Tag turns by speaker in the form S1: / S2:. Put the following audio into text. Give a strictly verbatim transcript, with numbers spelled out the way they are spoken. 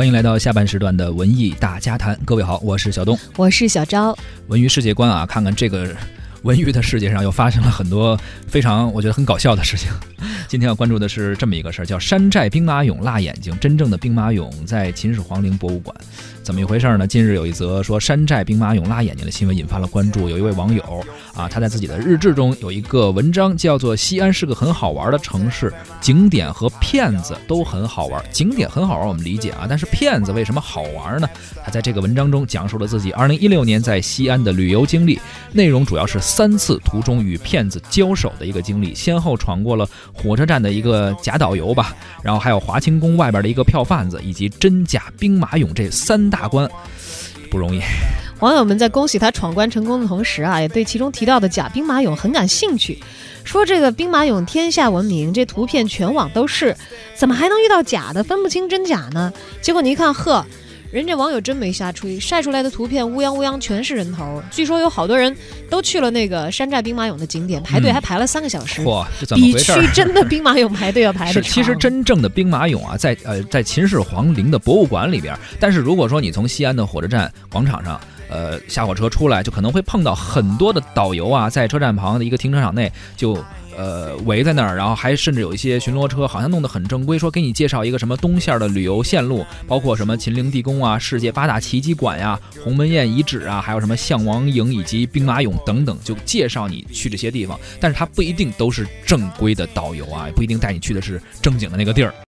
S1: 欢迎来到下半时段的文艺大家谈。各位好，我是小东，
S2: 我是小昭。
S1: 文娱世界观啊，看看这个文娱的世界上又发生了很多非常我觉得很搞笑的事情。今天要关注的是这么一个事儿，叫山寨兵马俑辣眼睛，真正的兵马俑在秦始皇陵博物馆。怎么一回事呢？近日有一则说山寨兵马俑辣眼睛的新闻引发了关注。有一位网友啊，他在自己的日志中有一个文章，叫做西安是个很好玩的城市，景点和骗子都很好玩。景点很好玩我们理解啊，但是骗子为什么好玩呢？他在这个文章中讲述了自己二零一六年在西安的旅游经历，内容主要是三次途中与骗子交手的一个经历，先后闯过了火车站的一个假导游吧，然后还有华清宫外边的一个票贩子，以及真假兵马俑这三大关，不容易。
S2: 网友们在恭喜他闯关成功的同时啊，也对其中提到的假兵马俑很感兴趣，说这个兵马俑天下闻名，这图片全网都是，怎么还能遇到假的，分不清真假呢？结果你一看，呵，人家网友真没瞎吹，晒出来的图片乌泱乌泱全是人头。据说有好多人都去了那个山寨兵马俑的景点，排队还排了三个小时，
S1: 哇、嗯，这怎么回事？
S2: 比去真的兵马俑排队要排的长。
S1: 其实真正的兵马俑啊，在呃在秦始皇陵的博物馆里边，但是如果说你从西安的火车站广场上。呃，下火车出来就可能会碰到很多的导游啊，在车站旁的一个停车场内就呃围在那儿，然后还甚至有一些巡逻车，好像弄得很正规，说给你介绍一个什么东线的旅游线路，包括什么秦陵地宫啊、世界八大奇迹馆呀、鸿门宴遗址啊，还有什么项王营以及兵马俑等等，就介绍你去这些地方。但是它不一定都是正规的导游啊，也不一定带你去的是正经的那个地儿。